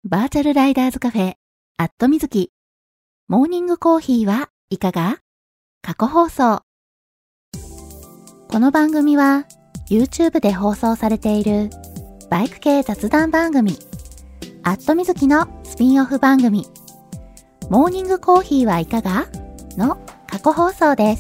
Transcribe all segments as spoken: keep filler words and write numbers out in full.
バーチャルライダーズカフェ、アットみずき。モーニングコーヒーはいかが？過去放送。この番組は YouTube で放送されているバイク系雑談番組、アットみずきのスピンオフ番組、モーニングコーヒーはいかが？の過去放送です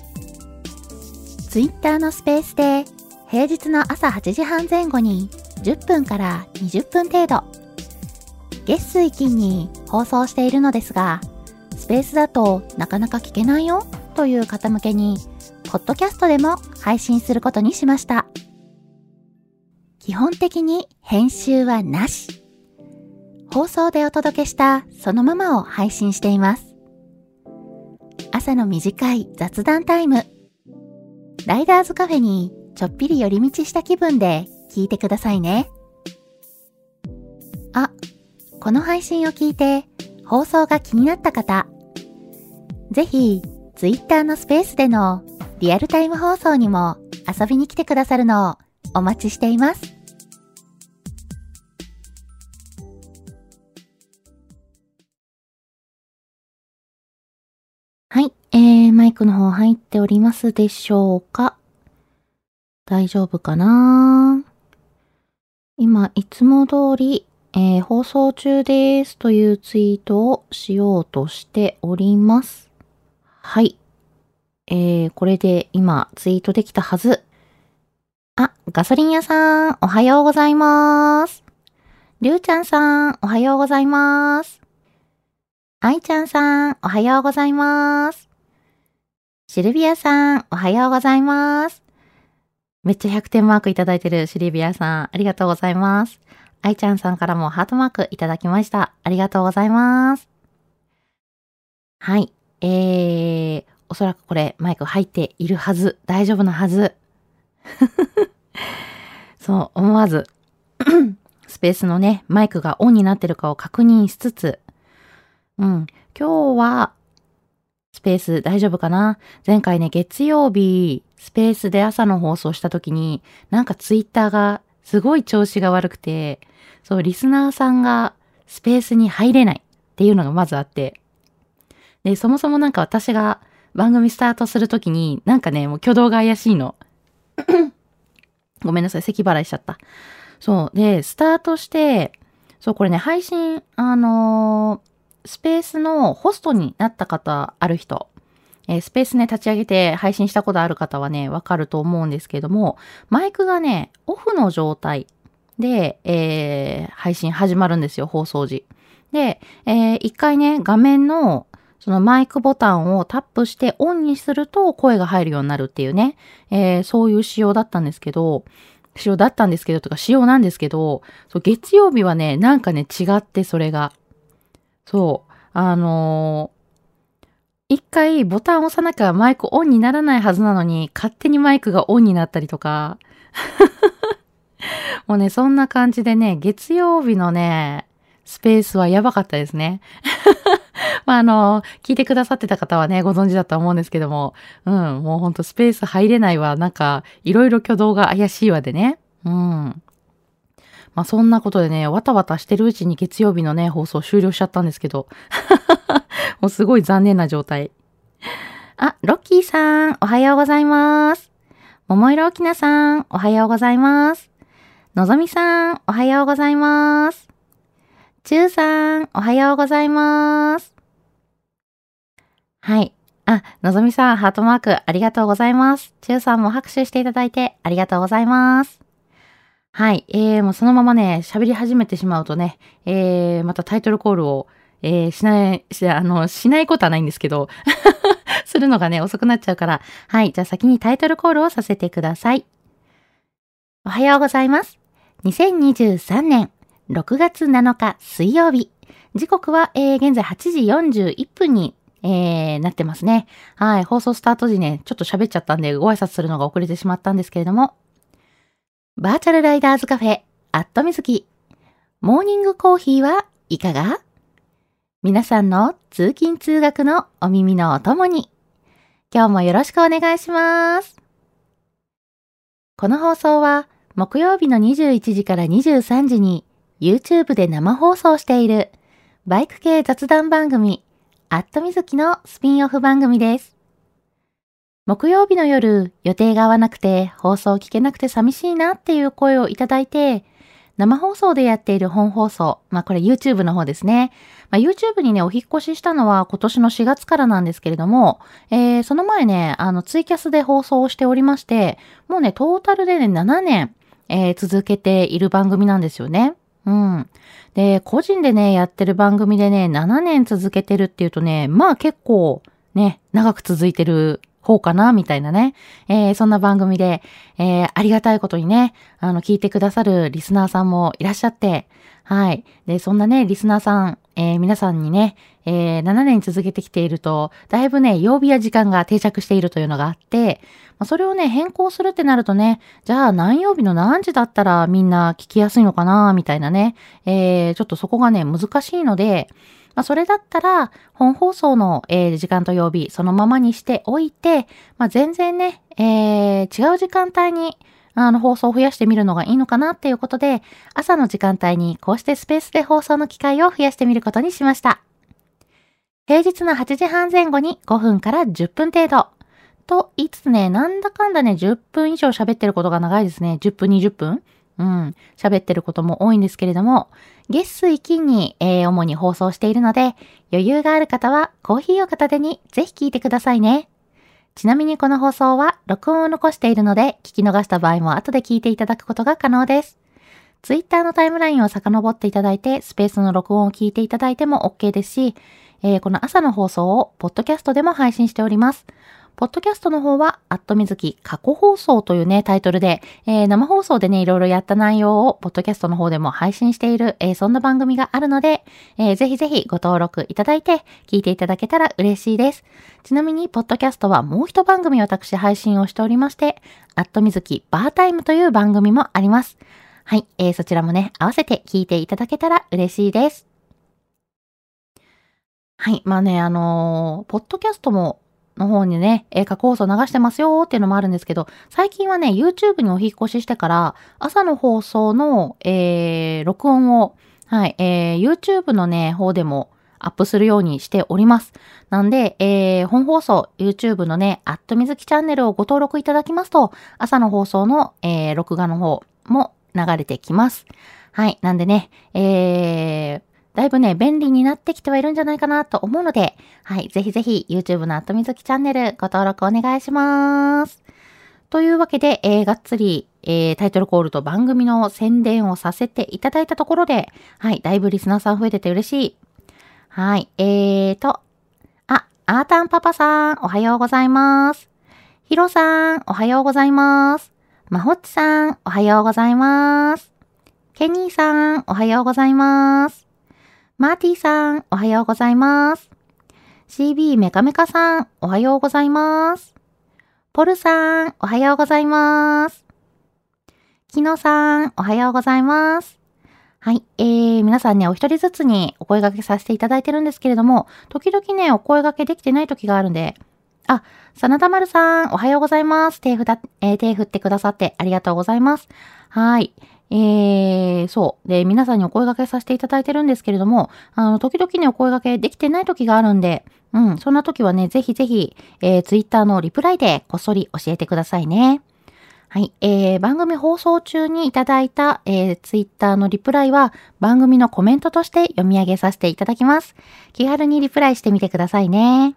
。Twitter のスペースで平日の朝はちじはん前後にじゅっぷんからにじゅっぷん程度、月水金に放送しているのですが、スペースだとなかなか聞けないよという方向けに、ポッドキャストでも配信することにしました。基本的に編集はなし。放送でお届けしたそのままを配信しています。朝の短い雑談タイム。ライダーズカフェにちょっぴり寄り道した気分で聞いてくださいね。あ、この配信を聞いて放送が気になった方、ぜひ Twitter のスペースでのリアルタイム放送にも遊びに来てくださるのをお待ちしています。はい、えー、マイクの方入っておりますでしょうか？大丈夫かな？今、いつも通り、えー、放送中ですというツイートをしようとしております。はい。えー、これで今ツイートできたはず。あ、ガソリン屋さん、おはようございます。りゅうちゃんさん、おはようございます。あいちゃんさん、おはようございます。シルビアさん、おはようございます。めっちゃひゃくてんマークいただいてるシルビアさん、ありがとうございます。あいちゃんさんからもハートマークいただきました。ありがとうございます。はい。えー、おそらくこれマイク入っているはず。大丈夫なはず。そう、思わず、スペースのね、マイクがオンになってるかを確認しつつ、うん、今日は、スペース大丈夫かな？前回ね、月曜日、スペースで朝の放送した時に、なんかツイッターがすごい調子が悪くて、そう、リスナーさんがスペースに入れないっていうのがまずあって。で、そもそもなんか私が番組スタートするときに、なんかね、もう挙動が怪しいの。ごめんなさい、咳払いしちゃった。そう。で、スタートして、そう、これね、配信、あのー、スペースのホストになった方、ある人。えー、スペースね、立ち上げて配信したことある方はね、わかると思うんですけども、マイクがね、オフの状態で、えー、配信始まるんですよ、放送時。で、えー、一回ね、画面の、そのマイクボタンをタップしてオンにすると声が入るようになるっていうね、えー、そういう仕様だったんですけど、仕様だったんですけど、とか仕様なんですけど、そう月曜日はね、なんかね、違ってそれが。そう、あのー、一回ボタンを押さなきゃマイクオンにならないはずなのに、勝手にマイクがオンになったりとか、もうね、そんな感じでね、月曜日のね、スペースはやばかったですね。まあ、あの、聞いてくださってた方はね、ご存知だと思うんですけども、うん、もうほんとスペース入れないわ、なんか、いろいろ挙動が怪しいわでね。うん。まあ、そんなことでね、わたわたしてるうちに月曜日のね、放送終了しちゃったんですけど、もうすごい残念な状態。あ、ロッキーさん、おはようございます。桃色沖菜さん、おはようございます。のぞみさん、おはようございます。ちゅうさん、おはようございます。はい。あ、のぞみさん、ハートマーク、ありがとうございます。ちゅうさんも拍手していただいて、ありがとうございます。はい。えー、もうそのままね、喋り始めてしまうとね、えー、またタイトルコールを、えー、しない、し、あの、しないことはないんですけど、するのがね、遅くなっちゃうから、はい。じゃあ先にタイトルコールをさせてください。おはようございます。にせんにじゅうさんねんろくがつなのか水曜日。時刻は、えー、現在はちじよんじゅういっぷんに、えー、なってますね。はい。放送スタート時ね、ちょっと喋っちゃったんで、ご挨拶するのが遅れてしまったんですけれども。バーチャルライダーズカフェ、アットみずき。モーニングコーヒーはいかが？皆さんの通勤通学のお耳のお供に。今日もよろしくお願いします。この放送は、木曜日のにじゅういちじからにじゅうさんじに、 YouTube で生放送しているバイク系雑談番組、アットみずきのスピンオフ番組です。木曜日の夜、予定が合わなくて放送聞けなくて寂しいなっていう声をいただいて、生放送でやっている本放送、まあこれ YouTube の方ですね。まあ、YouTube にね、お引っ越ししたのは今年のしがつからなんですけれども、えー、その前ね、あのツイキャスで放送をしておりまして、もうね、トータルでね、ななねん、えー、続けている番組なんですよね。うん。で、個人でね、やってる番組でね、ななねん続けてるっていうとね、まあ結構ね、長く続いてる方かな、みたいなね。えー、そんな番組で、えー、ありがたいことにね、あの、聞いてくださるリスナーさんもいらっしゃって、はい。で、そんなね、リスナーさん、えー、皆さんにね、えー、ななねん続けてきていると、だいぶね、曜日や時間が定着しているというのがあって、まあ、それをね、変更するってなるとね、じゃあ何曜日の何時だったらみんな聞きやすいのかな、みたいなね、えー、ちょっとそこがね、難しいので、まあ、それだったら、本放送の、えー、時間と曜日、そのままにしておいて、まあ、全然ね、えー、違う時間帯に、あの、放送を増やしてみるのがいいのかなっていうことで、朝の時間帯にこうしてスペースで放送の機会を増やしてみることにしました。平日のはちじはんぜん後にごふんからじゅっぷん程度。と言いつつね、なんだかんだね、じゅっぷん以上喋ってることが長いですね。じゅっぷん、にじゅっぷんうん。喋ってることも多いんですけれども、月水金に、えー、主に放送しているので、余裕がある方はコーヒーを片手にぜひ聞いてくださいね。ちなみにこの放送は録音を残しているので、聞き逃した場合も後で聞いていただくことが可能です。ツイッターのタイムラインを遡っていただいて、スペースの録音を聞いていただいても OK ですし、えー、この朝の放送をポッドキャストでも配信しております。ポッドキャストの方は、アットみずき過去放送というね、タイトルで、えー、生放送でね、いろいろやった内容を、ポッドキャストの方でも配信している、えー、そんな番組があるので、えー、ぜひぜひご登録いただいて、聞いていただけたら嬉しいです。ちなみに、ポッドキャストはもう一番組私配信をしておりまして、アットみずきバータイムという番組もあります。はい、えー、そちらもね、合わせて聞いていただけたら嬉しいです。はい、まあね、あのー、ポッドキャストも、の方にね、えー、過去放送流してますよっていうのもあるんですけど、最近はね、YouTube にお引っ越ししてから、朝の放送の、えー、録音を、はい、えー、YouTube のね、方でもアップするようにしております。なんで、えー、本放送、YouTube のね、アットみずきチャンネルをご登録いただきますと、朝の放送の、えー、録画の方も流れてきます。はい、なんでね、えー、だいぶね、便利になってきてはいるんじゃないかなと思うので、はい、ぜひぜひ YouTube のあとみずきチャンネルご登録お願いします。というわけで、えー、がっつり、えー、タイトルコールと番組の宣伝をさせていただいたところで、はい、だいぶリスナーさん増えてて嬉しい。はい、えーと、あ、アータンパパさん、おはようございます。ヒロさん、おはようございます。まほっちさん、おはようございます。ケニーさん、おはようございます。マーティさん、おはようございます。シービー メカメカさん、おはようございます。ポルさん、おはようございます。キノさん、おはようございます。はい、えー、皆さんね、お一人ずつにお声掛けさせていただいてるんですけれども、時々ね、お声掛けできてない時があるんで、あ、真田丸さん、おはようございます。手振だ、えー、手振ってくださってありがとうございます。はい。えー、そう。で、皆さんにお声掛けさせていただいてるんですけれども、あの、時々ね、お声掛けできてない時があるんで、うん、そんな時はね、ぜひぜひ、えー、ツイッターのリプライでこっそり教えてくださいね。はい。えー、番組放送中にいただいた、えー、ツイッターのリプライは番組のコメントとして読み上げさせていただきます。気軽にリプライしてみてくださいね。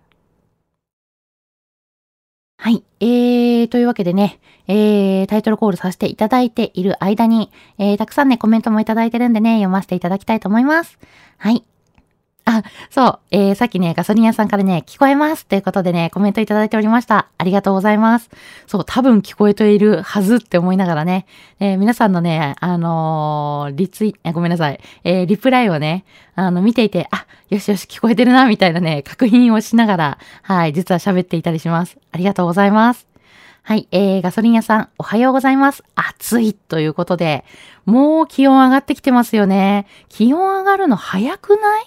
はい。えー、というわけでね、えー、タイトルコールさせていただいている間に、えー、たくさんね、コメントもいただいてるんでね、読ませていただきたいと思います。はい。あ、そう、えー、さっきね、ガソリン屋さんからね、聞こえますということでね、コメントいただいておりました。ありがとうございます。そう、多分聞こえているはずって思いながらね、えー、皆さんのね、あのー、リツイ、ごめんなさい、えー、リプライをね、あの、見ていて、あ、よしよし聞こえてるな、みたいなね、確認をしながら、はい、実は喋っていたりします。ありがとうございます。はい、えー、ガソリン屋さん、おはようございます。暑いということで、もう気温上がってきてますよね。気温上がるの早くない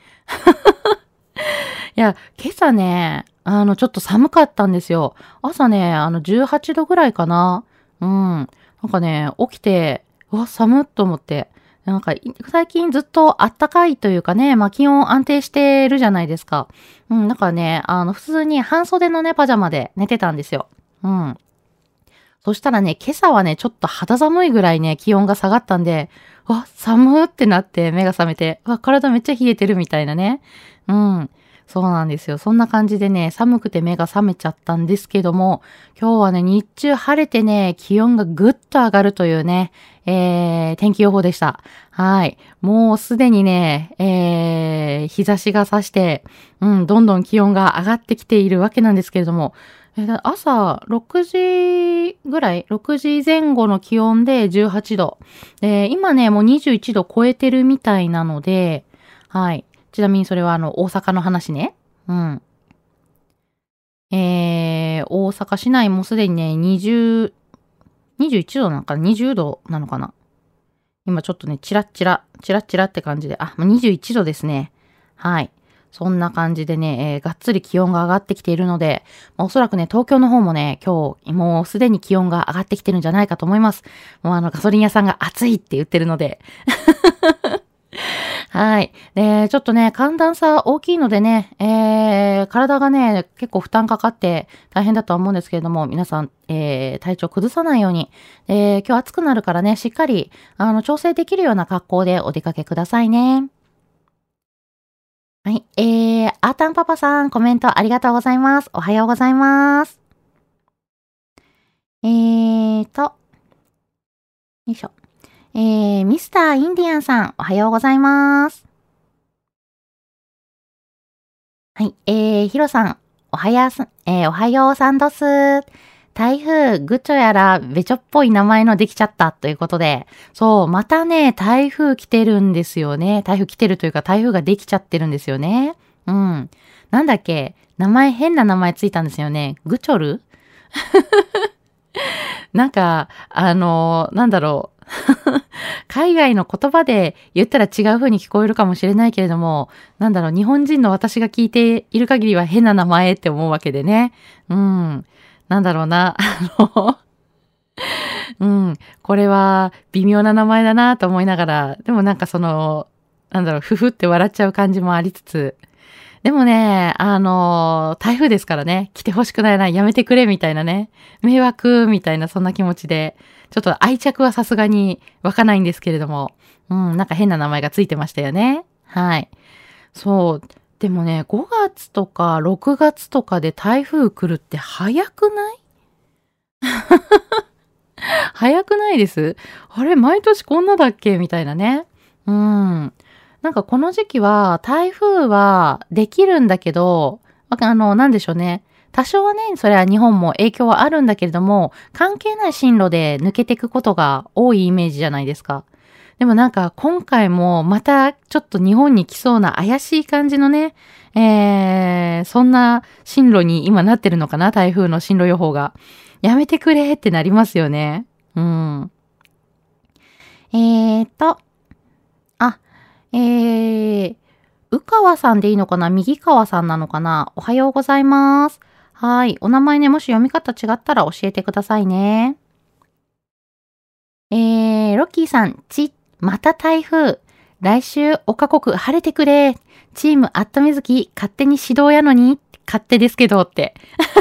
いや、今朝ね、あの、ちょっと寒かったんですよ。朝ね、あの、じゅうはちどぐらいかな。うん。なんかね、起きて、うわ、寒っと思って。 なんか、最近ずっと暖かいというかね、まあ気温安定してるじゃないですか。うん、だからね、あの、普通に半袖のね、パジャマで寝てたんですよ。うん。そしたらね、今朝はね、ちょっと肌寒いぐらいね、気温が下がったんで、わ、寒ってなって目が覚めて、わ、体めっちゃ冷えてるみたいなね。うん。そうなんですよ。そんな感じでね、寒くて目が覚めちゃったんですけども、今日はね、日中晴れてね、気温がぐっと上がるというね、えー、天気予報でした。はい。もうすでにね、えー、日差しが差して、うん、どんどん気温が上がってきているわけなんですけれども、えー朝ろくじぐらい ?ろく 時前後の気温でじゅうはちど。で、今ね、もうにじゅういちど超えてるみたいなので、はい。ちなみにそれはあの、大阪の話ね。うん。えー、大阪市内もすでにね、にじゅう、にじゅういちどなんかな ?にじゅう 度なのかな。今ちょっとね、チラッチラ、チラッチラって感じで、あ、にじゅういちどですね。はい。そんな感じでね、えーがっつり気温が上がってきているので、まあおそらくね、東京の方もね、今日、もうすでに気温が上がってきてるんじゃないかと思います。もうあの、ガソリン屋さんが暑いって言ってるので。はい。で、ちょっとね、寒暖差大きいのでね、えー、体がね、結構負担かかって大変だとは思うんですけれども、皆さん、えー、体調崩さないように、えー、今日暑くなるからね、しっかり、あの、調整できるような格好でお出かけくださいね。はい。えー、あーたんパパさん、コメントありがとうございます。おはようございます。えーと、よいしょ。えー、ミスターインディアンさん、おはようございます。はい。えー、ヒロさん、おはやす、えー、おはようさんどす。台風、グチョやら、べちょっぽい名前のできちゃったということで、そう、またね、台風来てるんですよね。台風来てるというか、台風ができちゃってるんですよね。うん。なんだっけ、名前、変な名前ついたんですよね。グチョルなんか、あのーなんだろう。海外の言葉で言ったら違う風に聞こえるかもしれないけれども、なんだろう、日本人の私が聞いている限りは変な名前って思うわけでね。うん。なんだろうな。あの、うん。これは微妙な名前だなと思いながら、でもなんかその、なんだろう、ふふって笑っちゃう感じもありつつ、でもね、あの、台風ですからね、来てほしくないな、やめてくれ、みたいなね、迷惑、みたいな、そんな気持ちで、ちょっと愛着はさすがに湧かないんですけれども、うん、なんか変な名前がついてましたよね。はい。そう。でもね、ごがつとかろくがつとかで台風来るって早くない？早くないです？あれ、毎年こんなだっけみたいなね。うん。なんかこの時期は、台風はできるんだけど、あの、なんでしょうね。多少はね、それは日本も影響はあるんだけれども、関係ない進路で抜けていくことが多いイメージじゃないですか。でもなんか今回もまたちょっと日本に来そうな怪しい感じのね、えー、そんな進路に今なってるのかな、台風の進路予報が。やめてくれってなりますよね。うん。えーと、あ、えー、宇川さんでいいのかな、右川さんなのかな、おはようございます。はい。お名前ね、もし読み方違ったら教えてくださいね。えー、ロッキーさん、ち、また台風。来週、おかこく晴れてくれ。チームアットみずき、勝手に指導やのに、勝手ですけどって。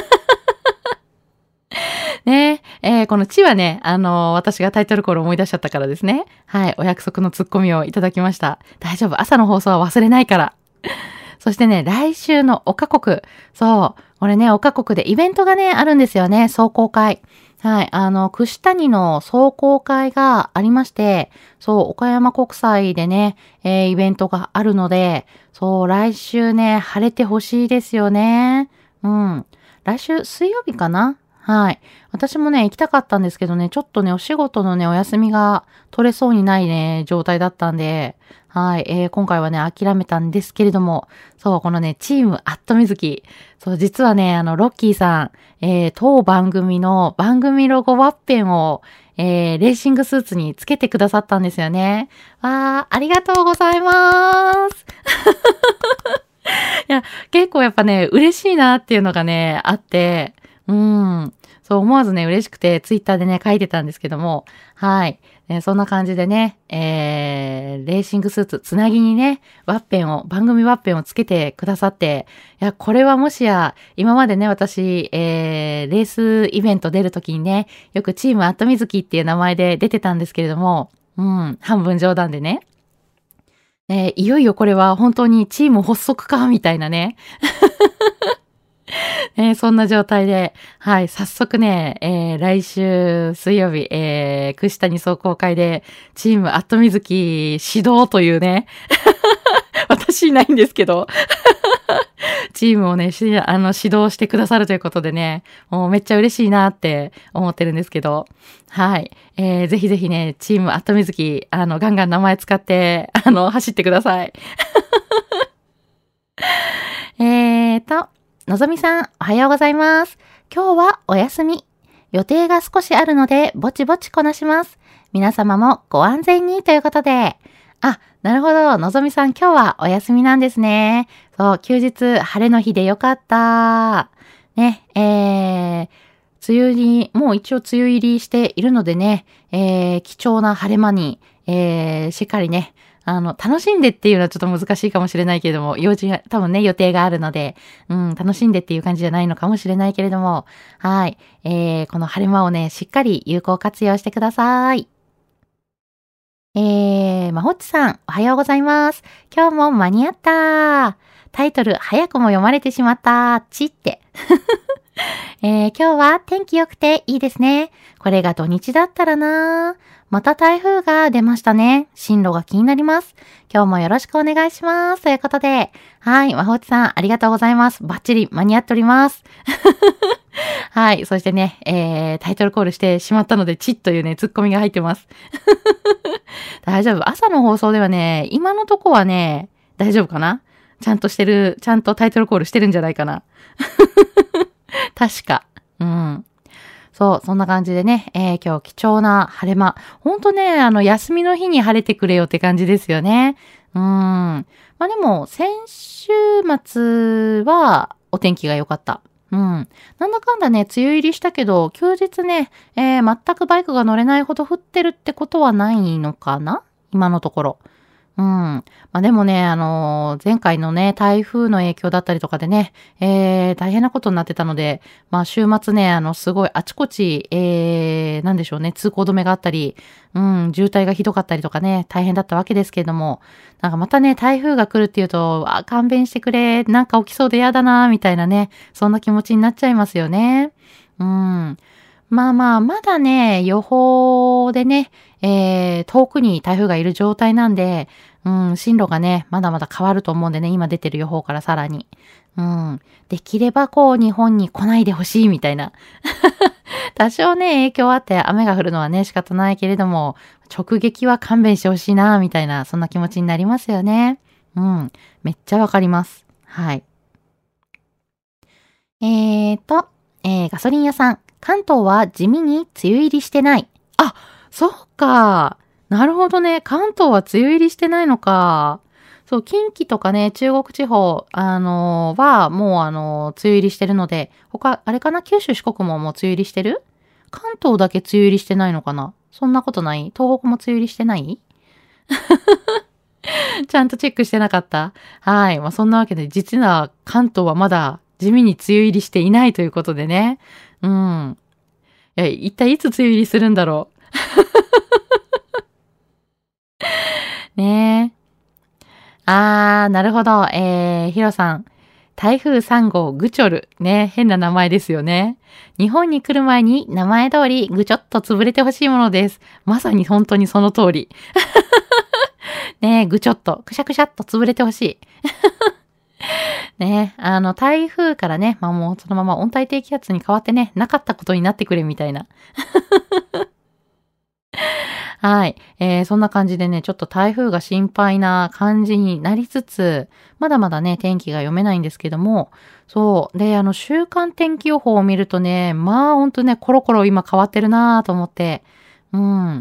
ねえ、ー、この地はね、あのー、私がタイトルコール思い出しちゃったからですね。はい、お約束のツッコミをいただきました。大丈夫、朝の放送は忘れないから。そしてね、来週のおかこく。そう、これね、おかこくでイベントがね、あるんですよね、壮行会。はい、あの、串谷の壮行会がありまして、そう、岡山国際でね、えー、イベントがあるので、そう、来週ね、晴れてほしいですよね。うん。来週水曜日かな？はい。私もね、行きたかったんですけどね、ちょっとね、お仕事のね、お休みが取れそうにないね、状態だったんで、はい。えー、今回はね、諦めたんですけれども、そう、このね、チームアットみずき。そう、実はね、あの、ロッキーさん、えー、当番組の番組ロゴワッペンを、えー、レーシングスーツにつけてくださったんですよね。わー、ありがとうございます。いや、結構やっぱね、嬉しいなっていうのがね、あって、うん。 そう思わずね、嬉しくてツイッターでね、書いてたんですけども、はい。ね、そんな感じでね、えー、レーシングスーツ、つなぎにね、ワッペンを、番組ワッペンをつけてくださって、いや、これはもしや、今までね、私、えー、レースイベント出るときにね、よくチームアットミズキっていう名前で出てたんですけれども、うん、半分冗談でね。えー、いよいよこれは本当にチーム発足か、みたいなね。えーそんな状態で、はい、早速ね、えー来週水曜日、えー、串谷壮行会で、チームアットミズキ指導というね、私いないんですけど、チームをね、しあの、指導してくださるということでね、もうめっちゃ嬉しいなって思ってるんですけど、はい。えー、ぜひぜひね、チームアットミズキ、あの、ガンガン名前使って、あの、走ってください。えーと、のぞみさん、おはようございます。今日はお休み。予定が少しあるので、ぼちぼちこなします。皆様もご安全にということで。あ、なるほど。のぞみさん、今日はお休みなんですね。そう、休日、晴れの日でよかった。ね、えー、梅雨に、もう一応梅雨入りしているのでね、えー、貴重な晴れ間に、えー、しっかりね、あの、楽しんでっていうのはちょっと難しいかもしれないけれども、用事が、多分ね、予定があるので、うん、楽しんでっていう感じじゃないのかもしれないけれども、はい。えー、この晴れ間をね、しっかり有効活用してください。えー、まほっちさん、おはようございます。今日も間に合った。タイトル、早くも読まれてしまった。ちって。えー、今日は天気良くていいですね。これが土日だったらな。また台風が出ましたね。進路が気になります。今日もよろしくお願いします。ということで。はい、まほっちさん、ありがとうございます。バッチリ間に合っております。はい、そしてね、えー、タイトルコールしてしまったので、チッというね、ツッコミが入ってます。大丈夫。朝の放送ではね、今のとこはね、大丈夫かな？ちゃんとしてる、ちゃんとタイトルコールしてるんじゃないかな。確か。うん。そう、そんな感じでね、えー、今日貴重な晴れ間。ほんとね、あの、休みの日に晴れてくれよって感じですよね。うん。まあでも、先週末はお天気が良かった。うん。なんだかんだね、梅雨入りしたけど、休日ね、えー、全くバイクが乗れないほど降ってるってことはないのかな？今のところ。うん。まあでもね、あのー前回のね、台風の影響だったりとかでね、えー、大変なことになってたので、まあ週末ね、あの、すごいあちこち、えー、なんでしょうね、通行止めがあったり、うん、渋滞がひどかったりとかね、大変だったわけですけれども、なんかまたね、台風が来るっていうと、あ、勘弁してくれ、なんか起きそうで嫌だな、みたいなね、そんな気持ちになっちゃいますよね。うん。まあまあ、まだね、予報でね、えー、遠くに台風がいる状態なんで、うん、進路がね、まだまだ変わると思うんでね、今出てる予報からさらに。うん、できればこう、日本に来ないでほしいみたいな。多少ね、影響あって雨が降るのはね、仕方ないけれども、直撃は勘弁してほしいな、みたいな、そんな気持ちになりますよね。うん、めっちゃわかります。はい。えーと、えー、ガソリン屋さん。関東は地味に梅雨入りしてない。あ、そっか。なるほどね。関東は梅雨入りしてないのか。そう、近畿とかね、中国地方、あのーは、もうあのー梅雨入りしてるので、他、あれかな？九州四国ももう梅雨入りしてる？関東だけ梅雨入りしてないのかな？そんなことない？東北も梅雨入りしてない？ちゃんとチェックしてなかった。はい。まあ、そんなわけで、実は関東はまだ地味に梅雨入りしていないということでね。うん。いや、一体いつ梅雨入りするんだろう。ねえ。あー、なるほど。えー、ヒロさん。台風さん号グチョル。ね、変な名前ですよね。日本に来る前に名前通りぐちょっと潰れてほしいものです。まさに本当にその通り。ねえ、ぐちょっと、くしゃくしゃっと潰れてほしい。ねえ、あの、台風からね、まあもうそのまま温帯低気圧に変わってね、なかったことになってくれみたいな。はい。えー、そんな感じでね、ちょっと台風が心配な感じになりつつ、まだまだね、天気が読めないんですけども、そう。で、あの、週間天気予報を見るとね、まあほんとね、コロコロ今変わってるなぁと思って、うん。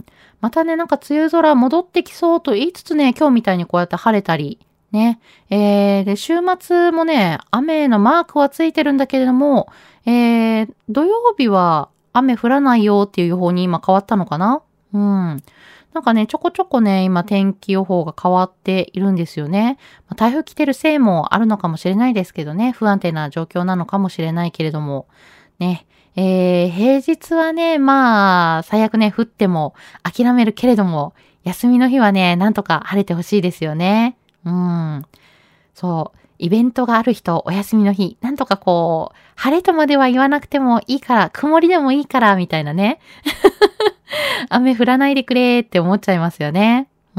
またね、なんか梅雨空戻ってきそうと言いつつね、今日みたいにこうやって晴れたり、ね。えー、で、週末もね、雨のマークはついてるんだけれども、えー、土曜日は雨降らないよっていう予報に今変わったのかな。うん。なんかね、ちょこちょこね、今天気予報が変わっているんですよね。まあ、台風来てるせいもあるのかもしれないですけどね、不安定な状況なのかもしれないけれども、ね、えー、平日はね、まあ、最悪ね、降っても諦めるけれども、休みの日はね、なんとか晴れてほしいですよね。うん。そう。イベントがある人、お休みの日、なんとかこう、晴れとまでは言わなくてもいいから、曇りでもいいから、みたいなね。雨降らないでくれって思っちゃいますよね。うん。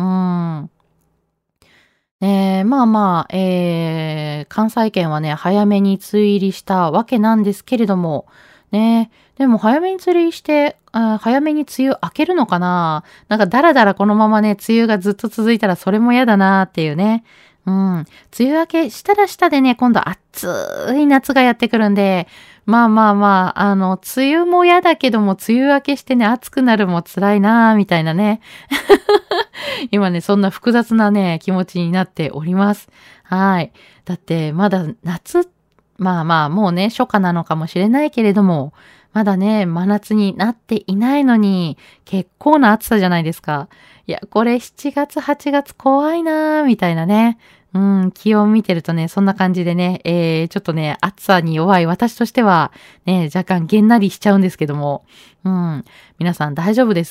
えー、まあまあ、えー、関西圏はね、早めに梅雨入りしたわけなんですけれども、ね、でも早めに梅雨入りして、あ早めに梅雨明けるのかな。なんかだらだらこのままね、梅雨がずっと続いたらそれも嫌だなっていうね。うん。梅雨明けしたらしたでね、今度暑い夏がやってくるんで、まあまあまあ、あの、梅雨も嫌だけども、梅雨明けしてね、暑くなるも辛いなーみたいなね。今ね、そんな複雑なね、気持ちになっております。はい。だって、まだ夏、まあまあ、もうね、初夏なのかもしれないけれども、まだね、真夏になっていないのに、結構な暑さじゃないですか。いや、これしちがつ、はちがつ怖いなーみたいなね。うん、気温見てるとね、そんな感じでね、えー、ちょっとね、暑さに弱い私としては、ね、若干げんなりしちゃうんですけども、うん、皆さん大丈夫です？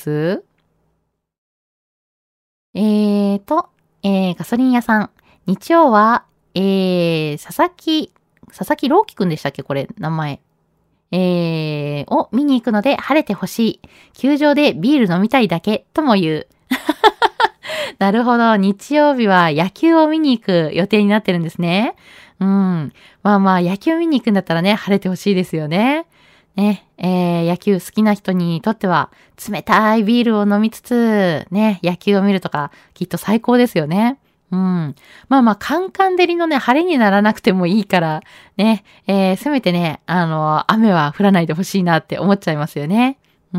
えーと、えー、ガソリン屋さん。日曜は、えー、佐々木、佐々木朗希くんでしたっけこれ、名前。えー、を見に行くので晴れてほしい。球場でビール飲みたいだけ、とも言う。なるほど。日曜日は野球を見に行く予定になってるんですね。うん。まあまあ、野球見に行くんだったらね、晴れてほしいですよね。ね、えー、野球好きな人にとっては、冷たいビールを飲みつつ、ね、野球を見るとか、きっと最高ですよね。うん。まあまあ、カンカン照りのね、晴れにならなくてもいいから、ね、えー、せめてね、あの、雨は降らないでほしいなって思っちゃいますよね。うん。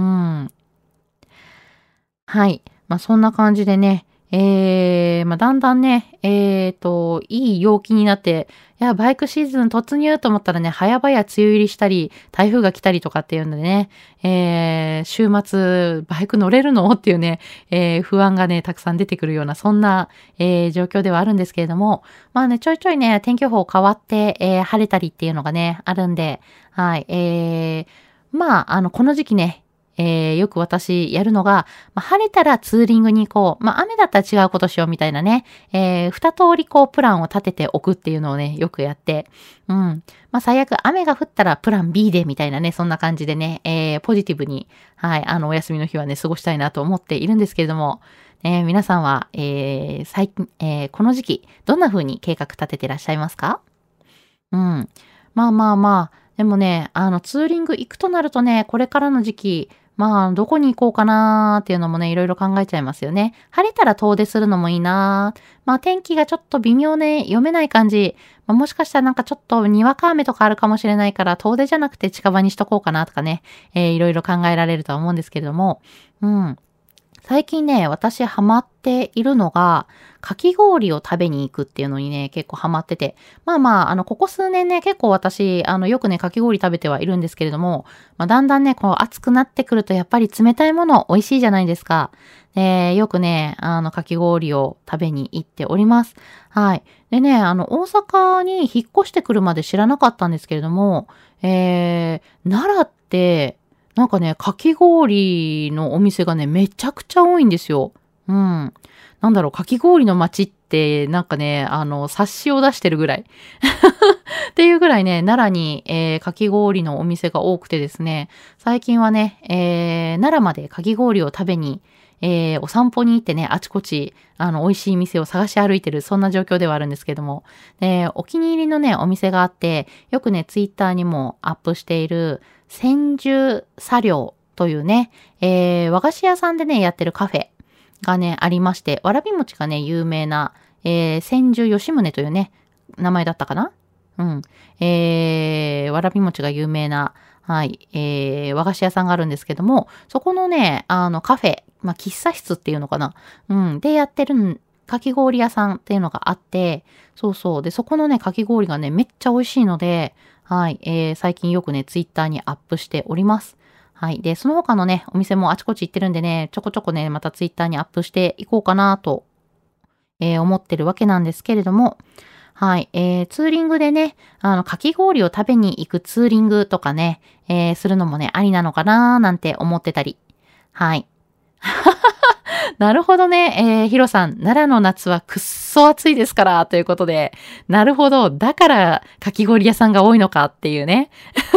はい。まあ、そんな感じでね、えー、まあ、だんだんね、えーと、いい陽気になって、いや、バイクシーズン突入と思ったらね、早々梅雨入りしたり、台風が来たりとかっていうのでね、えー、週末、バイク乗れるのっていうね、えー、不安がね、たくさん出てくるような、そんな、えー、状況ではあるんですけれども、まあね、ちょいちょいね、天気予報変わって、えー、晴れたりっていうのがね、あるんで、はい、えー、まあ、あの、この時期ね、えー、よく私やるのが、まあ、晴れたらツーリングに行こう。まあ、雨だったら違うことしようみたいなね。えー、二通りこうプランを立てておくっていうのをね、よくやって。うん。まあ、最悪雨が降ったらプラン ビー でみたいなね、そんな感じでね、えー、ポジティブに、はい、あの、お休みの日はね、過ごしたいなと思っているんですけれども、えー、皆さんは、えー、最近、えー、この時期、どんな風に計画立ててらっしゃいますか？うん。まあまあまあ、でもね、あの、ツーリング行くとなるとね、これからの時期、まあ、どこに行こうかなーっていうのもね、いろいろ考えちゃいますよね。晴れたら遠出するのもいいなー。まあ、天気がちょっと微妙ね、読めない感じ。まあ、もしかしたらなんかちょっとにわか雨とかあるかもしれないから、遠出じゃなくて近場にしとこうかなとかね、えー、いろいろ考えられるとは思うんですけれども、うん。最近ね、私ハマっているのが、かき氷を食べに行くっていうのにね、結構ハマってて。まあまあ、あの、ここ数年ね、結構私、あの、よくね、かき氷食べてはいるんですけれども、まあ、だんだんね、こう、暑くなってくると、やっぱり冷たいもの美味しいじゃないですか。で、よくね、あの、かき氷を食べに行っております。はい。でね、あの、大阪に引っ越してくるまで知らなかったんですけれども、えー、奈良って、なんかね、かき氷のお店がね、めちゃくちゃ多いんですよ。うん。なんだろう、かき氷の街って、なんかね、あの、冊子を出してるぐらい。っていうぐらいね、奈良に、えー、かき氷のお店が多くてですね、最近はね、えー、奈良までかき氷を食べに、えー、お散歩に行ってね、あちこち、あの、美味しい店を探し歩いてる、そんな状況ではあるんですけども、で、お気に入りのね、お店があって、よくね、ツイッターにもアップしている、千住茶寮というね、えー、和菓子屋さんでね、やってるカフェがね、ありまして、わらび餅がね、有名な、えー、千住吉宗というね、名前だったかな？うん。えー、わらび餅が有名な、はい、えー、和菓子屋さんがあるんですけども、そこのね、あの、カフェ、まあ、喫茶室っていうのかな？うん。で、やってるかき氷屋さんっていうのがあって、そうそう。で、そこのね、かき氷がね、めっちゃ美味しいので、はい、えー、最近よくね、ツイッターにアップしております。 はい。で、その他のね、お店もあちこち行ってるんでね、ちょこちょこね、またツイッターにアップしていこうかなと、えー思ってるわけなんですけれども、はい。えーツーリングでね、あの、かき氷を食べに行くツーリングとかね、えーするのもね、ありなのかなーなんて思ってたり。はい。なるほどね。えー、ヒロさん、奈良の夏はくっそ暑いですから、ということで。なるほど。だから、かき氷屋さんが多いのかっていうね。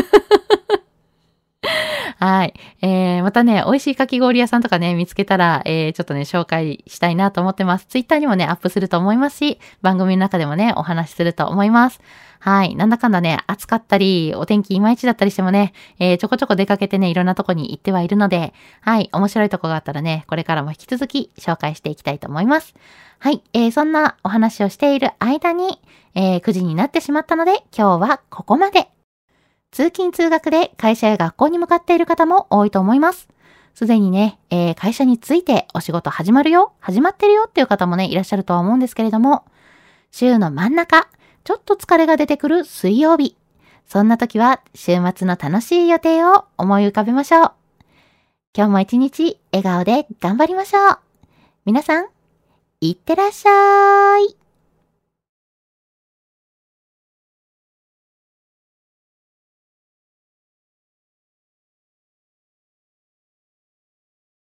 はい。えー、またね、美味しいかき氷屋さんとかね、見つけたら、えー、ちょっとね、紹介したいなと思ってます。ツイッターにもね、アップすると思いますし、番組の中でもね、お話しすると思います。はい。なんだかんだね、暑かったり、お天気いまいちだったりしてもね、えー、ちょこちょこ出かけてね、いろんなとこに行ってはいるので、はい。面白いとこがあったらね、これからも引き続き紹介していきたいと思います。はい。えー、そんなお話をしている間に、えー、くじになってしまったので、今日はここまで。通勤通学で会社や学校に向かっている方も多いと思います。すでにね、えー会社についてお仕事始まるよ、始まってるよっていう方もね、いらっしゃるとは思うんですけれども、週の真ん中、ちょっと疲れが出てくる水曜日。そんな時は週末の楽しい予定を思い浮かべましょう。今日も一日笑顔で頑張りましょう。皆さん、いってらっしゃい。